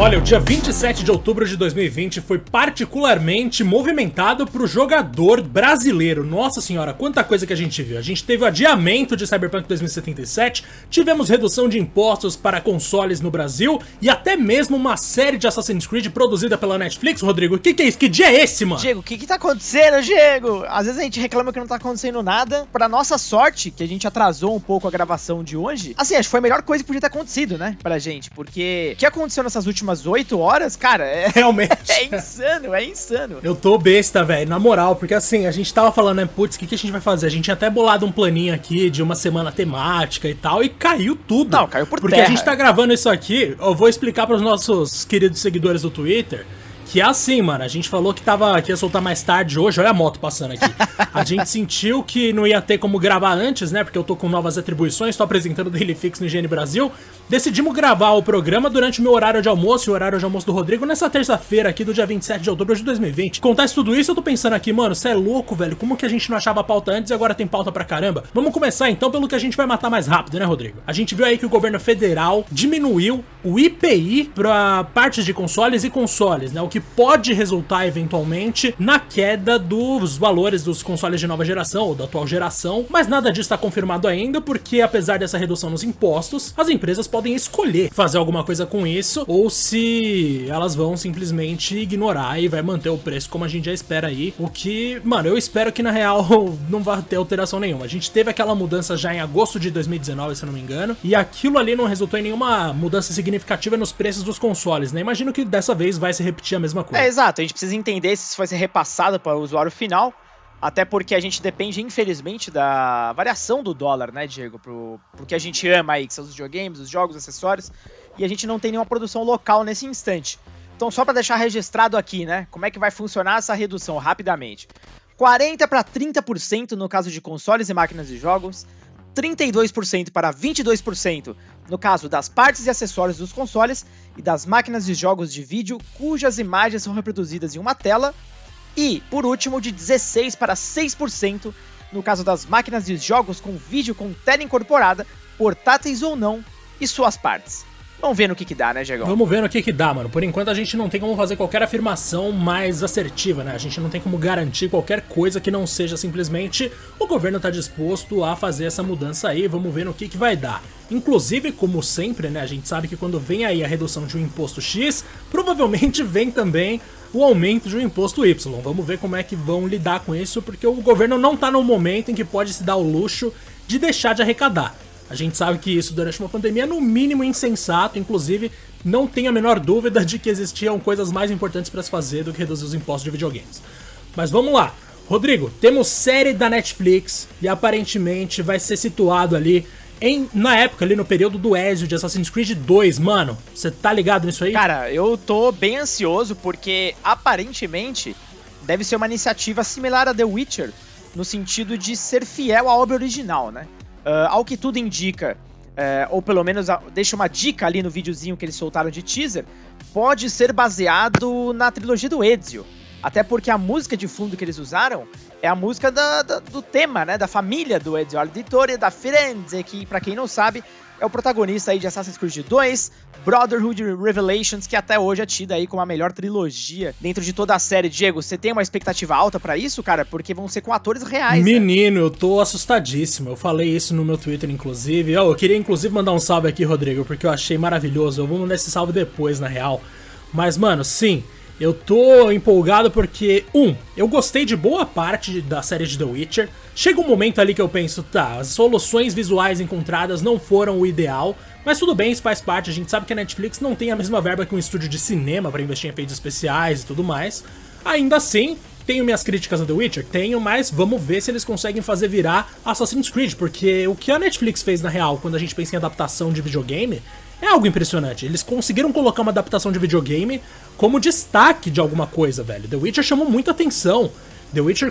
Olha, o dia 27 de outubro de 2020 foi particularmente movimentado pro jogador brasileiro. Nossa senhora, quanta coisa que a gente viu. A gente teve o adiamento de Cyberpunk 2077, tivemos redução de impostos para consoles no Brasil e até mesmo uma série de Assassin's Creed produzida pela Netflix. Rodrigo, o que é isso? Que dia é esse, mano? Diego, o que tá acontecendo, Diego? Às vezes a gente reclama que não tá acontecendo nada. Pra nossa sorte, que a gente atrasou um pouco a gravação de hoje, assim, acho que foi a melhor coisa que podia ter acontecido, né, pra gente. Porque o que aconteceu nessas últimas 8 horas, cara, realmente é insano, é insano. Eu tô besta, velho, na moral, porque assim, a gente tava falando, né, putz, o que a gente vai fazer? A gente tinha até bolado um planinho aqui de uma semana temática e tal, e caiu tudo. Não, caiu por porque terra. A gente tá gravando isso aqui, eu vou explicar pros nossos queridos seguidores do Twitter, que é assim, mano, a gente falou que ia soltar mais tarde hoje, olha a moto passando aqui. A gente sentiu que não ia ter como gravar antes, né, porque eu tô com novas atribuições, tô apresentando o Daily Fix no IGN Brasil. Decidimos gravar o programa durante o meu horário de almoço e o horário de almoço do Rodrigo nessa terça-feira aqui do dia 27 de outubro de 2020. Acontece tudo isso, eu tô pensando aqui, mano, cê é louco, velho, como que a gente não achava pauta antes e agora tem pauta pra caramba? Vamos começar então pelo que a gente vai matar mais rápido, né, Rodrigo? A gente viu aí que o governo federal diminuiu o IPI pra partes de consoles e consoles, né, o que pode resultar eventualmente na queda dos valores dos consoles de nova geração ou da atual geração, mas nada disso tá confirmado ainda, porque apesar dessa redução nos impostos, as empresas podem escolher fazer alguma coisa com isso, ou se elas vão simplesmente ignorar e vai manter o preço como a gente já espera aí, o que, mano, eu espero que na real não vai ter alteração nenhuma. A gente teve aquela mudança já em agosto de 2019, se eu não me engano, e aquilo ali não resultou em nenhuma mudança significativa nos preços dos consoles, né? Imagino que dessa vez vai se repetir a mesma coisa. Exato, a gente precisa entender se isso vai ser repassado para o usuário final, até porque a gente depende, infelizmente, da variação do dólar, né, Diego? Pro que a gente ama aí, que são os videogames, os jogos, os acessórios, e a gente não tem nenhuma produção local nesse instante. Então, só para deixar registrado aqui, né, como é que vai funcionar essa redução rapidamente. 40% para 30% no caso de consoles e máquinas de jogos, 32% para 22% no caso das partes e acessórios dos consoles e das máquinas de jogos de vídeo cujas imagens são reproduzidas em uma tela, e, por último, de 16% para 6% no caso das máquinas de jogos com vídeo com tela incorporada, portáteis ou não, e suas partes. Vamos ver no que dá, né, Diego? Vamos ver no que dá, mano. Por enquanto a gente não tem como fazer qualquer afirmação mais assertiva, né? A gente não tem como garantir qualquer coisa que não seja simplesmente o governo tá disposto a fazer essa mudança aí, vamos ver no que vai dar. Inclusive, como sempre, né, a gente sabe que quando vem aí a redução de um imposto X, provavelmente vem também o aumento de um imposto Y. Vamos ver como é que vão lidar com isso, porque o governo não tá num momento em que pode se dar o luxo de deixar de arrecadar. A gente sabe que isso durante uma pandemia é no mínimo insensato, inclusive não tenho a menor dúvida de que existiam coisas mais importantes para se fazer do que reduzir os impostos de videogames. Mas vamos lá, Rodrigo, temos série da Netflix e aparentemente vai ser situado ali na época, ali no período do Ezio de Assassin's Creed 2, mano, você tá ligado nisso aí? Cara, eu tô bem ansioso porque aparentemente deve ser uma iniciativa similar a The Witcher, no sentido de ser fiel à obra original, né? Ao que tudo indica, ou pelo menos deixa uma dica ali no videozinho que eles soltaram de teaser, pode ser baseado na trilogia do Ezio. Até porque a música de fundo que eles usaram é a música do tema, né, da família do Ezio Auditore da Firenze, que, pra quem não sabe, é o protagonista aí de Assassin's Creed 2, Brotherhood Revelations, que até hoje é tida aí como a melhor trilogia dentro de toda a série. Diego, você tem uma expectativa alta pra isso, cara? Porque vão ser com atores reais, Menino, eu tô assustadíssimo. Eu falei isso no meu Twitter, inclusive. Eu queria, inclusive, mandar um salve aqui, Rodrigo, porque eu achei maravilhoso. Eu vou mandar esse salve depois, na real. Mas, mano, sim, eu tô empolgado porque, eu gostei de boa parte da série de The Witcher. Chega um momento ali que eu penso, tá, as soluções visuais encontradas não foram o ideal, mas tudo bem, isso faz parte. A gente sabe que a Netflix não tem a mesma verba que um estúdio de cinema pra investir em efeitos especiais e tudo mais. Ainda assim, tenho minhas críticas a The Witcher? Tenho, mas vamos ver se eles conseguem fazer virar Assassin's Creed, porque o que a Netflix fez na real, quando a gente pensa em adaptação de videogame, é algo impressionante. Eles conseguiram colocar uma adaptação de videogame como destaque de alguma coisa, velho. The Witcher chamou muita atenção. The Witcher,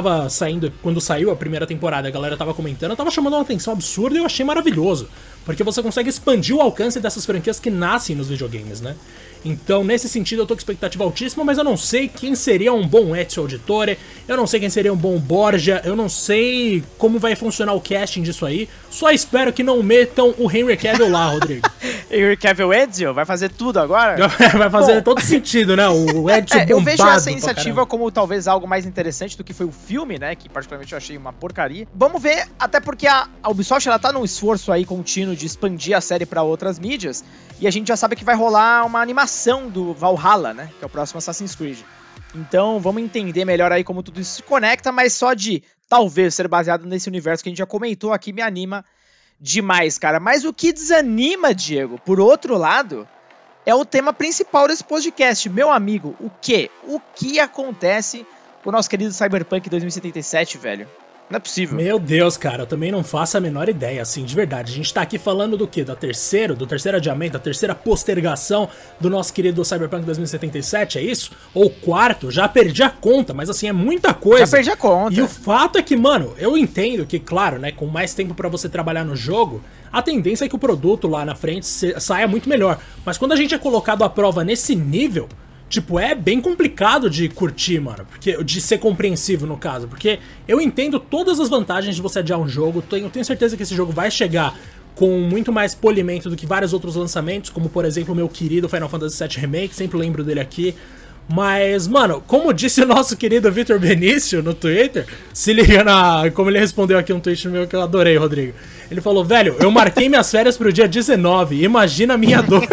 quando saiu a primeira temporada, a galera tava comentando, tava chamando uma atenção absurda e eu achei maravilhoso. Porque você consegue expandir o alcance dessas franquias que nascem nos videogames, né? Então, nesse sentido, eu tô com expectativa altíssima, mas eu não sei quem seria um bom Ezio Auditore, eu não sei quem seria um bom Borgia, eu não sei como vai funcionar o casting disso aí, só espero que não metam o Henry Cavill lá, Rodrigo. Henry Cavill Ezio vai fazer tudo agora? Vai fazer todo sentido, né? O Ezio eu vejo essa iniciativa como talvez algo mais interessante do que foi o filme, né? Que particularmente eu achei uma porcaria. Vamos ver, até porque a Ubisoft ela tá num esforço aí contínuo de expandir a série pra outras mídias. E a gente já sabe que vai rolar uma animação do Valhalla, né? Que é o próximo Assassin's Creed. Então vamos entender melhor aí como tudo isso se conecta, mas só de talvez ser baseado nesse universo que a gente já comentou aqui me anima demais, cara. Mas o que desanima, Diego, por outro lado, é o tema principal desse podcast. Meu amigo, o quê? O que acontece com o nosso querido Cyberpunk 2077, velho? Não é possível. Meu Deus, cara, eu também não faço a menor ideia, assim, de verdade. A gente tá aqui falando do quê? Do terceiro adiamento, da terceira postergação do nosso querido Cyberpunk 2077, é isso? Ou quarto? Já perdi a conta, mas assim, é muita coisa. Já perdi a conta. E o fato é que, mano, eu entendo que, claro, né, com mais tempo pra você trabalhar no jogo, a tendência é que o produto lá na frente saia muito melhor. Mas quando a gente é colocado à prova nesse nível, tipo, é bem complicado de curtir, mano, porque, de ser compreensivo no caso, porque eu entendo todas as vantagens de você adiar um jogo, eu tenho certeza que esse jogo vai chegar com muito mais polimento do que vários outros lançamentos, como por exemplo o meu querido Final Fantasy VII Remake, sempre lembro dele aqui. Mas, mano, como disse o nosso querido Vitor Benício no Twitter, se liga como ele respondeu aqui um tweet meu que eu adorei, Rodrigo. Ele falou, velho, eu marquei minhas férias pro dia 19, imagina a minha dor.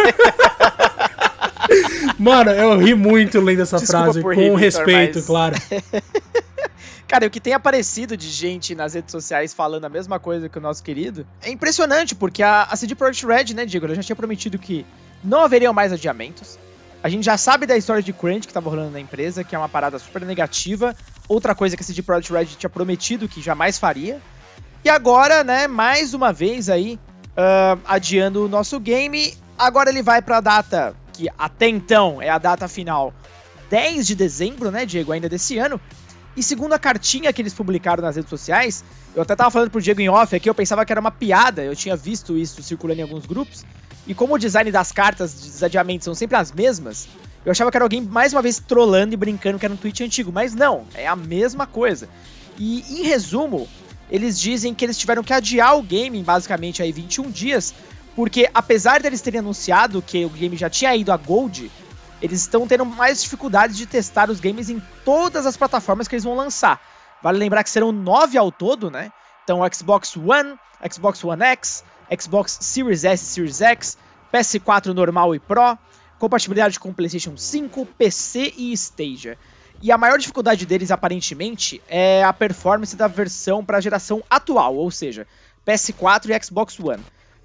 Mano, eu ri muito lendo essa frase, com respeito, mas... claro. Cara, o que tem aparecido de gente nas redes sociais falando a mesma coisa que o nosso querido é impressionante, porque a CD Projekt Red, né, Diego, ela já tinha prometido que não haveriam mais adiamentos. A gente já sabe da história de crunch que tava rolando na empresa, que é uma parada super negativa. Outra coisa que a CD Projekt Red tinha prometido que jamais faria. E agora, né, mais uma vez aí, adiando o nosso game. Agora ele vai pra data que até então é a data final, 10 de dezembro, né, Diego, ainda desse ano. E segundo a cartinha que eles publicaram nas redes sociais, eu até tava falando pro Diego em off aqui, eu pensava que era uma piada, eu tinha visto isso circulando em alguns grupos, e como o design das cartas de desadiamento são sempre as mesmas, eu achava que era alguém mais uma vez trollando e brincando que era um tweet antigo, mas não, é a mesma coisa. E em resumo, eles dizem que eles tiveram que adiar o game em basicamente aí 21 dias, porque apesar deles terem anunciado que o game já tinha ido a Gold, eles estão tendo mais dificuldades de testar os games em todas as plataformas que eles vão lançar. Vale lembrar que serão 9 ao todo, né? Então Xbox One, Xbox One X, Xbox Series S e Series X, PS4 normal e Pro, compatibilidade com PlayStation 5, PC e Stadia. E a maior dificuldade deles, aparentemente, é a performance da versão para a geração atual, ou seja, PS4 e Xbox One.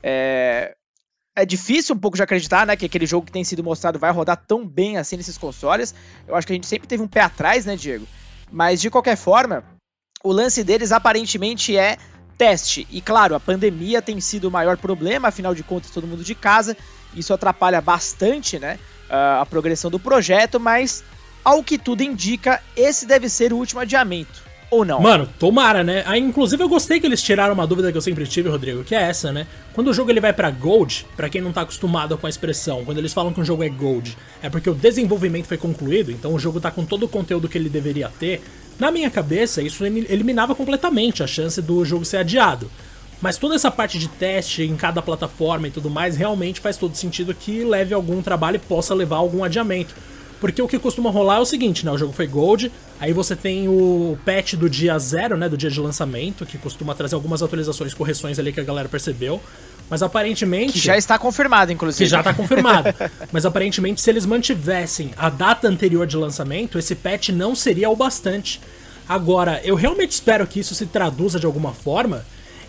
É difícil um pouco de acreditar, né, que aquele jogo que tem sido mostrado vai rodar tão bem assim nesses consoles. Eu acho que a gente sempre teve um pé atrás, né, Diego? Mas, de qualquer forma, o lance deles aparentemente é teste. E, claro, a pandemia tem sido o maior problema, afinal de contas, todo mundo de casa. Isso atrapalha bastante, né, a progressão do projeto, mas, ao que tudo indica, esse deve ser o último adiamento. Ou não? Mano, tomara, né? Aí, inclusive, eu gostei que eles tiraram uma dúvida que eu sempre tive, Rodrigo, que é essa, né? Quando o jogo ele vai pra Gold, pra quem não tá acostumado com a expressão, quando eles falam que um jogo é Gold, é porque o desenvolvimento foi concluído, então o jogo tá com todo o conteúdo que ele deveria ter. Na minha cabeça, isso eliminava completamente a chance do jogo ser adiado. Mas toda essa parte de teste em cada plataforma e tudo mais, realmente faz todo sentido que leve algum trabalho e possa levar algum adiamento. Porque o que costuma rolar é o seguinte, né? O jogo foi Gold, aí você tem o patch do dia 0, né? Do dia de lançamento, que costuma trazer algumas atualizações, correções ali que a galera percebeu. Mas aparentemente... Que já está confirmado, inclusive. Que já está confirmado. Mas aparentemente, se eles mantivessem a data anterior de lançamento, esse patch não seria o bastante. Agora, eu realmente espero que isso se traduza de alguma forma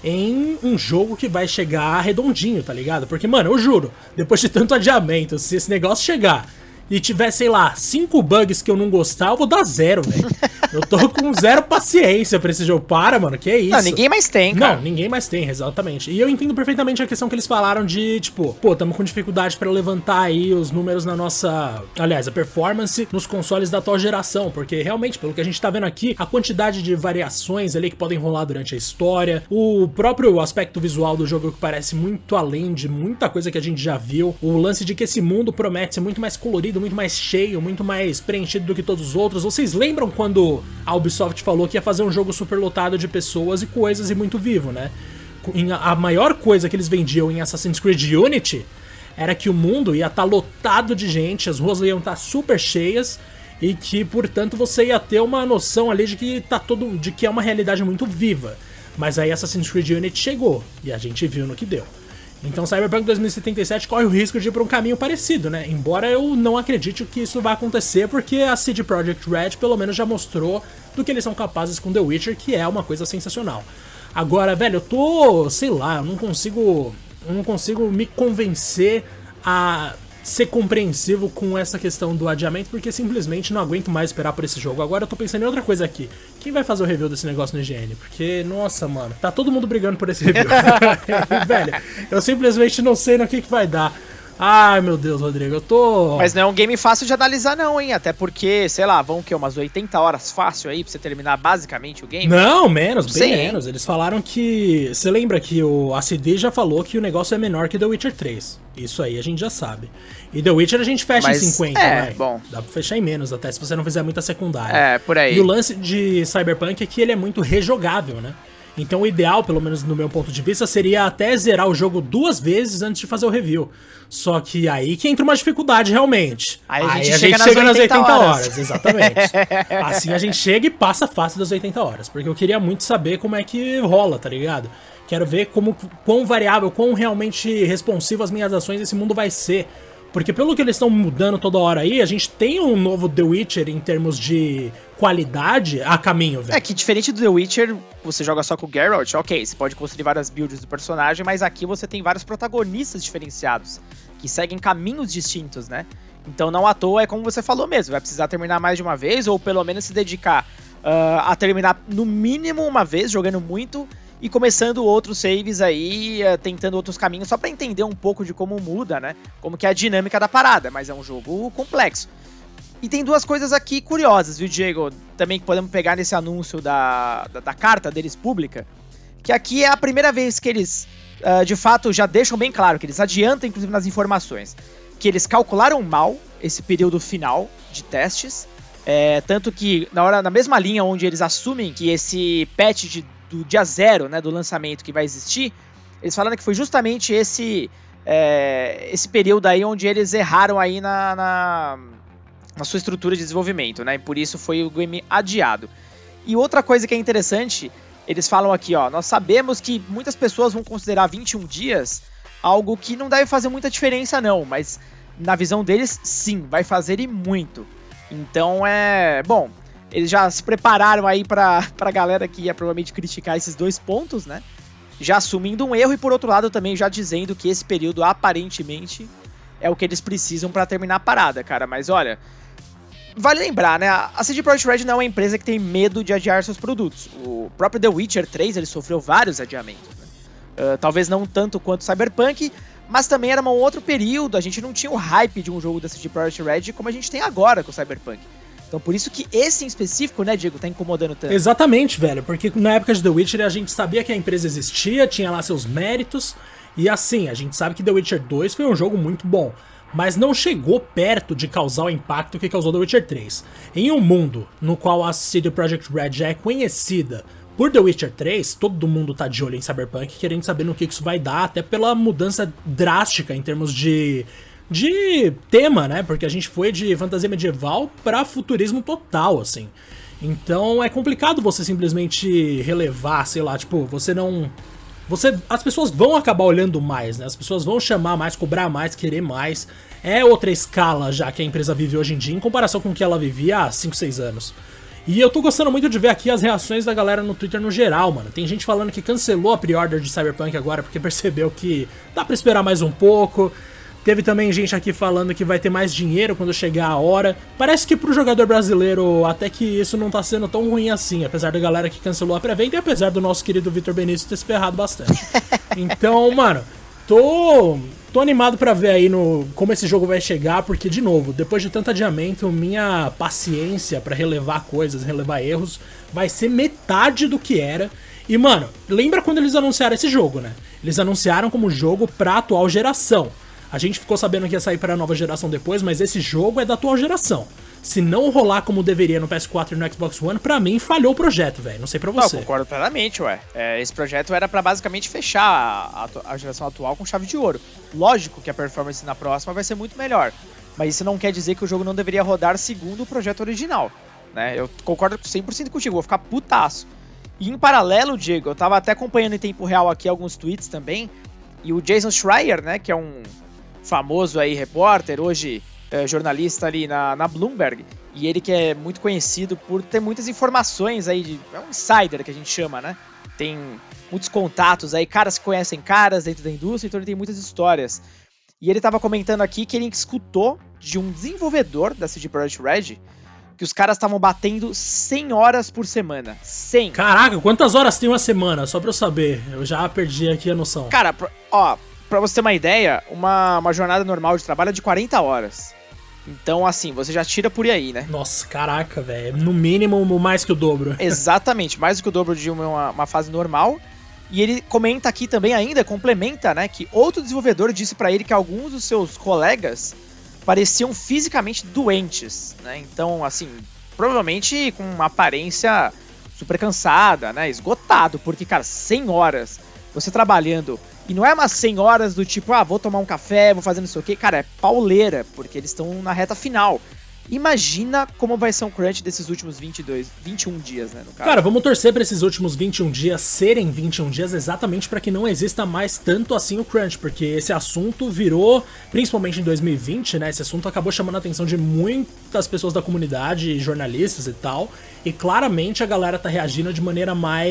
em um jogo que vai chegar redondinho, tá ligado? Porque, mano, eu juro, depois de tanto adiamento, se esse negócio chegar e tiver, sei lá, 5 bugs que eu não gostar, eu vou dar 0, velho. Eu tô com 0 paciência pra esse jogo. Para, mano, que é isso? Não, ninguém mais tem, cara. Não, ninguém mais tem, exatamente. E eu entendo perfeitamente a questão que eles falaram de, tipo, pô, tamo com dificuldade pra levantar aí os números na nossa... Aliás, a performance nos consoles da atual geração, porque realmente, pelo que a gente tá vendo aqui, a quantidade de variações ali que podem rolar durante a história, o próprio aspecto visual do jogo que parece muito além de muita coisa que a gente já viu, o lance de que esse mundo promete ser muito mais colorido, muito mais cheio, muito mais preenchido do que todos os outros. Vocês lembram quando a Ubisoft falou que ia fazer um jogo super lotado de pessoas e coisas e muito vivo, né? A maior coisa que eles vendiam em Assassin's Creed Unity era que o mundo ia estar lotado de gente, as ruas iam estar super cheias, e que, portanto, você ia ter uma noção ali de que é uma realidade muito viva. Mas aí Assassin's Creed Unity chegou, e a gente viu no que deu. Então Cyberpunk 2077 corre o risco de ir para um caminho parecido, né? Embora eu não acredite que isso vai acontecer, porque a CD Projekt Red pelo menos já mostrou do que eles são capazes com The Witcher, que é uma coisa sensacional. Agora, velho, sei lá, eu não consigo me convencer a ser compreensivo com essa questão do adiamento, porque simplesmente não aguento mais esperar por esse jogo. Agora eu tô pensando em outra coisa aqui. Quem vai fazer o review desse negócio no IGN? Porque, nossa, mano, tá todo mundo brigando por esse review. Velho, eu simplesmente não sei no que vai dar. Ai, meu Deus, Rodrigo, eu tô... Mas não é um game fácil de analisar não, hein? Até porque, sei lá, vão umas 80 horas fácil aí pra você terminar basicamente o game? Não, menos, bem menos. Eles falaram que... Você lembra que a CD já falou que o negócio é menor que The Witcher 3. Isso aí a gente já sabe. E The Witcher a gente fecha em 50, vai. Bom. Dá pra fechar em menos até, se você não fizer muita secundária. Por aí. E o lance de Cyberpunk é que ele é muito rejogável, né? Então o ideal, pelo menos no meu ponto de vista, seria até zerar o jogo 2 vezes antes de fazer o review. Só que aí que entra uma dificuldade, realmente. Aí a gente chega nas 80 horas. Exatamente. Assim a gente chega e passa fácil das 80 horas. Porque eu queria muito saber como é que rola, tá ligado? Quero ver quão variável, quão realmente responsivo as minhas ações esse mundo vai ser. Porque pelo que eles estão mudando toda hora aí, a gente tem um novo The Witcher em termos de qualidade a caminho, velho. É que diferente do The Witcher, você joga só com o Geralt, ok, você pode construir várias builds do personagem, mas aqui você tem vários protagonistas diferenciados, que seguem caminhos distintos, né? Então não à toa é como você falou mesmo, vai precisar terminar mais de uma vez, ou pelo menos se dedicar a terminar no mínimo uma vez, jogando muito, e começando outros saves aí, tentando outros caminhos, só pra entender um pouco de como muda, né? Como que é a dinâmica da parada, mas é um jogo complexo. E tem 2 coisas aqui curiosas, viu, Diego? Também que podemos pegar nesse anúncio da carta deles pública, que aqui é a primeira vez que eles, de fato, já deixam bem claro, que eles adiantam, inclusive, nas informações, que eles calcularam mal esse período final de testes, tanto que na mesma linha onde eles assumem que esse patch do dia 0, né, do lançamento que vai existir, eles falaram que foi justamente esse período aí onde eles erraram aí na sua estrutura de desenvolvimento, né, e por isso foi o game adiado. E outra coisa que é interessante, eles falam aqui, ó, nós sabemos que muitas pessoas vão considerar 21 dias algo que não deve fazer muita diferença não, mas na visão deles, sim, vai fazer e muito. Então bom, eles já se prepararam aí pra galera que ia provavelmente criticar esses 2 pontos, né? Já assumindo um erro e por outro lado também já dizendo que esse período aparentemente é o que eles precisam pra terminar a parada, cara. Mas olha, vale lembrar, né? A CD Projekt Red não é uma empresa que tem medo de adiar seus produtos. O próprio The Witcher 3, ele sofreu vários adiamentos, né? Talvez não tanto quanto Cyberpunk, mas também era um outro período, a gente não tinha o hype de um jogo da CD Projekt Red como a gente tem agora com o Cyberpunk. Então por isso que esse em específico, né, Diego, tá incomodando tanto. Exatamente, velho, porque na época de The Witcher a gente sabia que a empresa existia, tinha lá seus méritos, e assim, a gente sabe que The Witcher 2 foi um jogo muito bom, mas não chegou perto de causar o impacto que causou The Witcher 3. Em um mundo no qual a CD Projekt Red já é conhecida por The Witcher 3, todo mundo tá de olho em Cyberpunk, querendo saber no que isso vai dar, até pela mudança drástica em termos de tema, né? Porque a gente foi de fantasia medieval pra futurismo total, assim. Então é complicado você simplesmente relevar, sei lá, tipo, as pessoas vão acabar olhando mais, né? As pessoas vão chamar mais, cobrar mais, querer mais. É outra escala já que a empresa vive hoje em dia em comparação com o que ela vivia há 5, 6 anos. E eu tô gostando muito de ver aqui as reações da galera no Twitter no geral, mano. Tem gente falando que cancelou a pre-order de Cyberpunk agora porque percebeu que dá pra esperar mais um pouco. Teve também gente aqui falando que vai ter mais dinheiro quando chegar a hora. Parece que pro jogador brasileiro até que isso não tá sendo tão ruim assim, apesar da galera que cancelou a pré-venda e apesar do nosso querido Vitor Benício ter se ferrado bastante. Então, mano, tô animado pra ver aí como esse jogo vai chegar, porque, de novo, depois de tanto adiamento, minha paciência pra relevar coisas, relevar erros, vai ser metade do que era. E, mano, lembra quando eles anunciaram esse jogo, né? Eles anunciaram como jogo pra atual geração. A gente ficou sabendo que ia sair para a nova geração depois, mas esse jogo é da atual geração. se não rolar como deveria no PS4 e no Xbox One, pra mim falhou o projeto, velho. Não sei pra você. Eu concordo plenamente, ué. Esse projeto era pra basicamente fechar a geração atual com chave de ouro. Lógico que a performance na próxima vai ser muito melhor, mas isso não quer dizer que o jogo não deveria rodar segundo o projeto original, né? Eu concordo 100% contigo, vou ficar putaço. E em paralelo, Diego, eu tava até acompanhando em tempo real aqui alguns tweets também, e o Jason Schreier, né, que é um famoso aí repórter, hoje jornalista ali na Bloomberg, e ele que é muito conhecido por ter muitas informações aí, é um insider que a gente chama, né? Tem muitos contatos aí, caras que conhecem caras dentro da indústria, então ele tem muitas histórias. E ele tava comentando aqui que ele escutou de um desenvolvedor da CD Projekt Red que os caras estavam batendo 100 horas por semana. 100. Caraca, quantas horas tem uma semana? Só pra eu saber. Eu já perdi aqui a noção. Cara, pra você ter uma ideia, uma jornada normal de trabalho é de 40 horas. Então, assim, você já tira por aí, né? Nossa, caraca, velho. No mínimo, mais que o dobro. Exatamente, mais do que o dobro de uma fase normal. E ele comenta aqui também ainda, complementa, né, que outro desenvolvedor disse pra ele que alguns dos seus colegas pareciam fisicamente doentes, né? Então, assim, provavelmente com uma aparência super cansada, né? Esgotado, porque, cara, 100 horas você trabalhando, e não é umas 100 horas do tipo, vou tomar um café, vou fazer não sei o quê, cara, é pauleira, porque eles estão na reta final. Imagina como vai ser um crunch desses últimos 21 dias, né, no caso. Cara, vamos torcer pra esses últimos 21 dias serem 21 dias exatamente pra que não exista mais tanto assim o crunch, porque esse assunto virou, principalmente em 2020, né, esse assunto acabou chamando a atenção de muitas pessoas da comunidade, jornalistas e tal, e claramente a galera tá reagindo de maneira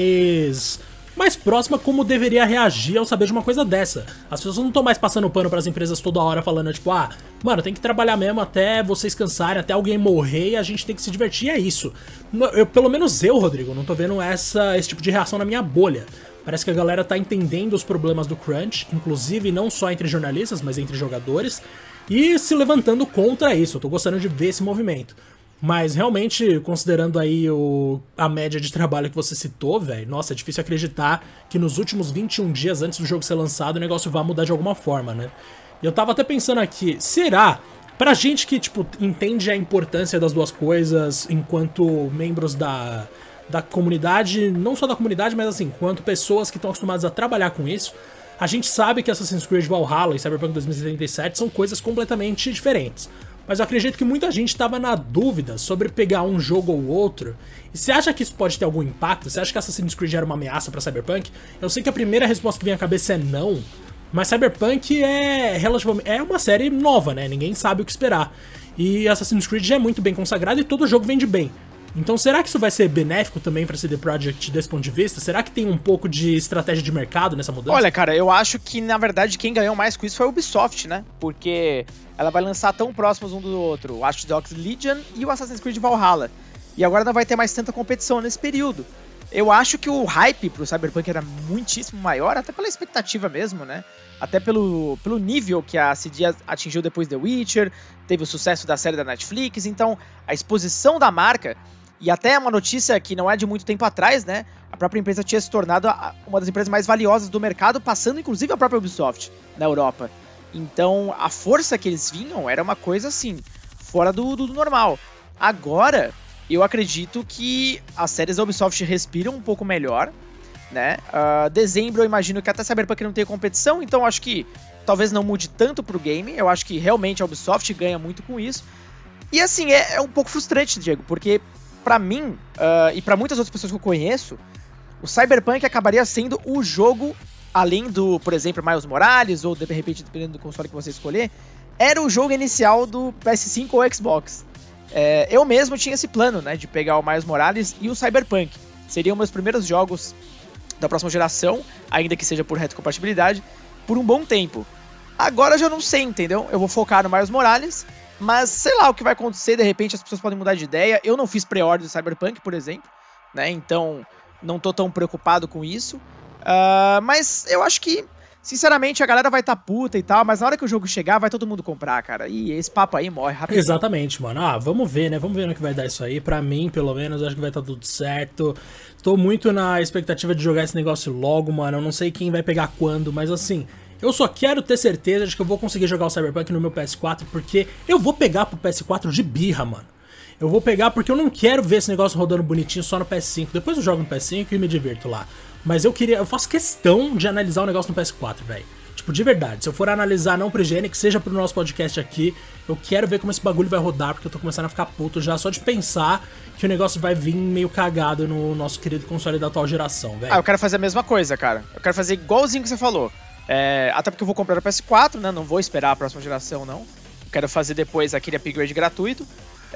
mais próxima como deveria reagir ao saber de uma coisa dessa. As pessoas não estão mais passando pano pras empresas toda hora falando, tipo, mano, tem que trabalhar mesmo até vocês cansarem, até alguém morrer e a gente tem que se divertir, é isso. Pelo menos eu, Rodrigo, não tô vendo esse tipo de reação na minha bolha. Parece que a galera tá entendendo os problemas do crunch, inclusive não só entre jornalistas, mas entre jogadores, e se levantando contra isso. Eu tô gostando de ver esse movimento. Mas realmente, considerando aí a média de trabalho que você citou, velho, nossa, é difícil acreditar que nos últimos 21 dias antes do jogo ser lançado o negócio vai mudar de alguma forma, né? E eu tava até pensando aqui, será? Pra gente que, tipo, entende a importância das duas coisas enquanto membros da comunidade, não só da comunidade, mas assim, enquanto pessoas que estão acostumadas a trabalhar com isso, a gente sabe que Assassin's Creed Valhalla e Cyberpunk 2077 são coisas completamente diferentes. Mas eu acredito que muita gente estava na dúvida sobre pegar um jogo ou outro. E você acha que isso pode ter algum impacto? Você acha que Assassin's Creed era uma ameaça pra Cyberpunk? Eu sei que a primeira resposta que vem à cabeça é não, mas Cyberpunk é uma série nova, né? Ninguém sabe o que esperar. E Assassin's Creed já é muito bem consagrado e todo jogo vende bem. Então será que isso vai ser benéfico também pra CD Projekt desse ponto de vista? Será que tem um pouco de estratégia de mercado nessa mudança? Olha, cara, eu acho que na verdade quem ganhou mais com isso foi a Ubisoft, né? Porque ela vai lançar tão próximos um do outro o Watch Dogs Legion e o Assassin's Creed Valhalla. E agora não vai ter mais tanta competição nesse período. Eu acho que o hype pro Cyberpunk era muitíssimo maior, até pela expectativa mesmo, né? Até pelo nível que a CD atingiu depois de The Witcher, teve o sucesso da série da Netflix, então a exposição da marca. E até uma notícia que não é de muito tempo atrás, né? A própria empresa tinha se tornado uma das empresas mais valiosas do mercado, passando inclusive a própria Ubisoft na Europa. Então, a força que eles vinham era uma coisa assim, fora do normal. Agora, eu acredito que as séries da Ubisoft respiram um pouco melhor, né? Dezembro eu imagino que até Cyberpunk não tem competição, então acho que talvez não mude tanto pro game. Eu acho que realmente a Ubisoft ganha muito com isso. E assim, é um pouco frustrante, Diego, porque pra mim, e pra muitas outras pessoas que eu conheço, o Cyberpunk acabaria sendo o jogo, além do, por exemplo, Miles Morales, ou de repente, dependendo do console que você escolher, era o jogo inicial do PS5 ou Xbox. Eu mesmo tinha esse plano, né, de pegar o Miles Morales e o Cyberpunk. Seriam meus primeiros jogos da próxima geração, ainda que seja por retrocompatibilidade, por um bom tempo. Agora eu já não sei, entendeu? Eu vou focar no Miles Morales, mas sei lá o que vai acontecer, de repente as pessoas podem mudar de ideia. Eu não fiz pré-order do Cyberpunk, por exemplo, né? Então não tô tão preocupado com isso. Mas eu acho que, sinceramente, a galera vai tá puta e tal, mas na hora que o jogo chegar, vai todo mundo comprar, cara. E esse papo aí morre rapidinho. Exatamente, mano. Vamos ver, né? Vamos ver no que vai dar isso aí. Pra mim, pelo menos, acho que vai estar tudo certo. Tô muito na expectativa de jogar esse negócio logo, mano. Eu não sei quem vai pegar quando, mas assim, eu só quero ter certeza de que eu vou conseguir jogar o Cyberpunk no meu PS4, porque eu vou pegar pro PS4 de birra, mano. eu vou pegar porque eu não quero ver esse negócio rodando bonitinho só no PS5. Depois eu jogo no PS5 e me divirto lá. Mas eu faço questão de analisar o negócio no PS4, velho. Tipo, de verdade, se eu for analisar não pro IGN, que seja pro nosso podcast aqui, eu quero ver como esse bagulho vai rodar, porque eu tô começando a ficar puto já só de pensar que o negócio vai vir meio cagado no nosso querido console da atual geração, velho. Eu quero fazer a mesma coisa, cara. Eu quero fazer igualzinho que você falou. Até porque eu vou comprar o PS4, né? Não vou esperar a próxima geração, não. Eu quero fazer depois aquele upgrade gratuito.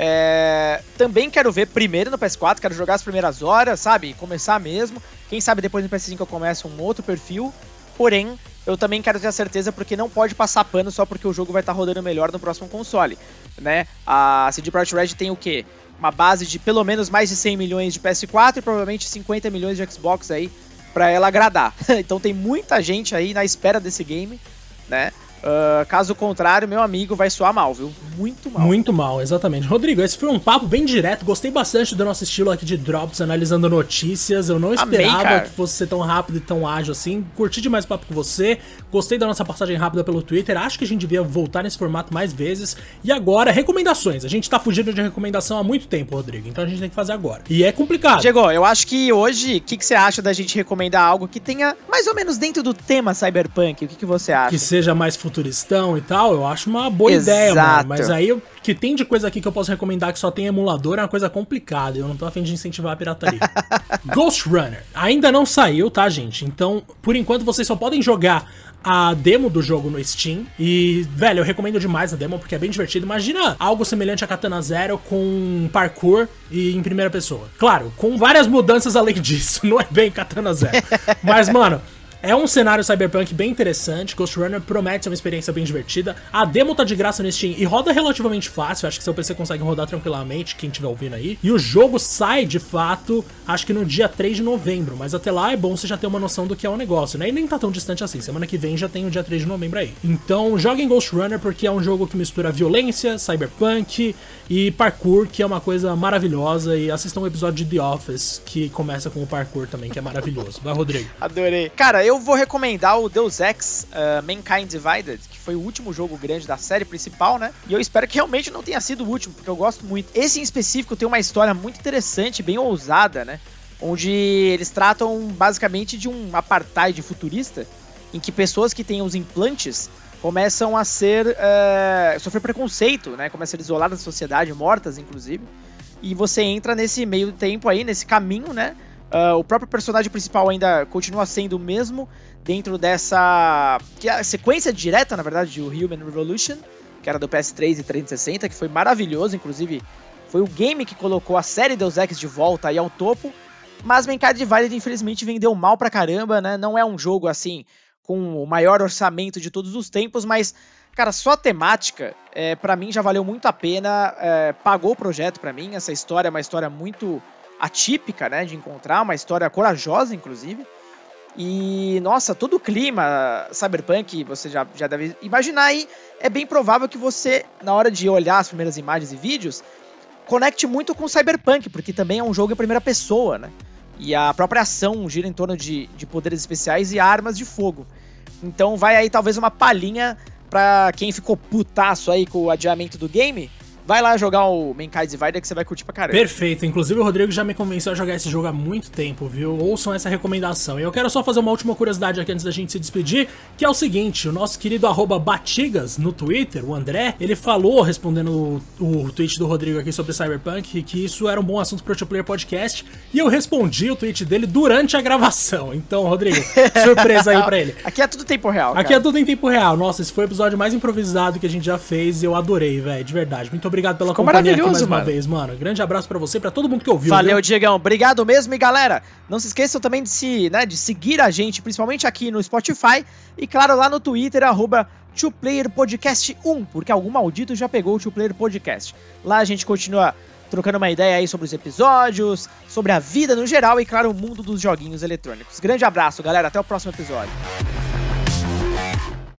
Também quero ver primeiro no PS4, quero jogar as primeiras horas, sabe? Começar mesmo. Quem sabe depois no PS5 eu começo um outro perfil. Porém, eu também quero ter a certeza porque não pode passar pano só porque o jogo vai estar rodando melhor no próximo console, né? A CD Projekt Red tem o quê? Uma base de pelo menos mais de 100 milhões de PS4 e provavelmente 50 milhões de Xbox aí pra ela agradar. Então tem muita gente aí na espera desse game, né? Caso contrário, meu amigo, vai soar mal, viu? Muito mal. Muito mal, exatamente. Rodrigo, esse foi um papo bem direto. Gostei bastante do nosso estilo aqui de Drops, analisando notícias. Eu não esperava que fosse ser tão rápido e tão ágil assim. Curti demais o papo com você. Gostei da nossa passagem rápida pelo Twitter. Acho que a gente devia voltar nesse formato mais vezes. E agora, recomendações. A gente tá fugindo de recomendação há muito tempo, Rodrigo. Então a gente tem que fazer agora. E é complicado. Diego, eu acho que hoje, o que você acha da gente recomendar algo que tenha mais ou menos dentro do tema Cyberpunk? O que você acha? Que seja mais futuristão e tal, eu acho uma boa ideia, mano. Mas aí, o que tem de coisa aqui que eu posso recomendar que só tem emulador é uma coisa complicada. Eu não tô a fim de incentivar a pirataria. Ghost Runner. Ainda não saiu, tá, gente? Então, por enquanto, vocês só podem jogar a demo do jogo no Steam. E, velho, eu recomendo demais a demo porque é bem divertido. Imagina algo semelhante a Katana Zero com parkour e em primeira pessoa. Claro, com várias mudanças além disso. Não é bem Katana Zero. Mas, mano, é um cenário cyberpunk bem interessante. Ghost Runner promete ser uma experiência bem divertida. A demo tá de graça no Steam e roda relativamente fácil. Acho que seu PC consegue rodar tranquilamente, quem estiver ouvindo aí. E o jogo sai, de fato, acho que no dia 3 de novembro. Mas até lá é bom você já ter uma noção do que é o negócio, né? E nem tá tão distante assim. Semana que vem já tem o dia 3 de novembro aí. Então joguem Ghost Runner porque é um jogo que mistura violência, cyberpunk e parkour, que é uma coisa maravilhosa. E assistam um episódio de The Office, que começa com o parkour também, que é maravilhoso. Vai, Rodrigo. Adorei. Cara, eu vou recomendar o Deus Ex Mankind Divided, que foi o último jogo grande da série principal, né? E eu espero que realmente não tenha sido o último, porque eu gosto muito. Esse em específico tem uma história muito interessante, bem ousada, né? Onde eles tratam basicamente de um apartheid futurista, em que pessoas que têm os implantes começam a sofrer preconceito, né? Começam a ser isoladas da sociedade, mortas inclusive. E você entra nesse meio tempo aí, nesse caminho, né? O próprio personagem principal ainda continua sendo o mesmo dentro dessa que é a sequência direta, na verdade, de Human Revolution, que era do PS3 e 360, que foi maravilhoso, inclusive foi o game que colocou a série Deus Ex de volta aí ao topo. Mas Mankind Divided infelizmente vendeu mal pra caramba, né? Não é um jogo assim com o maior orçamento de todos os tempos, mas cara, só a temática, pra mim já valeu muito a pena, pagou o projeto pra mim. Essa história é uma história muito atípica, né, de encontrar, uma história corajosa, inclusive. E, nossa, todo o clima cyberpunk, você já deve imaginar aí, é bem provável que você, na hora de olhar as primeiras imagens e vídeos, conecte muito com cyberpunk, porque também é um jogo em primeira pessoa, né? E a própria ação gira em torno de poderes especiais e armas de fogo. Então vai aí talvez uma palhinha pra quem ficou putaço aí com o adiamento do game. Vai lá jogar o Mankind Divided que você vai curtir pra caramba. Perfeito. Inclusive o Rodrigo já me convenceu a jogar esse jogo há muito tempo, viu? Ouçam essa recomendação. E eu quero só fazer uma última curiosidade aqui antes da gente se despedir, que é o seguinte, o nosso querido @Batigas no Twitter, o André, ele falou, respondendo o tweet do Rodrigo aqui sobre Cyberpunk, que isso era um bom assunto pro Two Player Podcast, e eu respondi o tweet dele durante a gravação. Então, Rodrigo, surpresa aí pra ele. Aqui é tudo tempo real, cara. Aqui é tudo em tempo real. Nossa, esse foi o episódio mais improvisado que a gente já fez e eu adorei, velho, de verdade. Muito obrigado pela companhia aqui mais uma vez, mano. Grande abraço pra você, pra todo mundo que ouviu. Valeu, Diegão. Obrigado mesmo. E galera, não se esqueçam também de seguir a gente, principalmente aqui no Spotify e, claro, lá no Twitter, @TwoPlayerPodcast1, porque algum maldito já pegou o Two Player Podcast. Lá a gente continua trocando uma ideia aí sobre os episódios, sobre a vida no geral e, claro, o mundo dos joguinhos eletrônicos. Grande abraço, galera. Até o próximo episódio.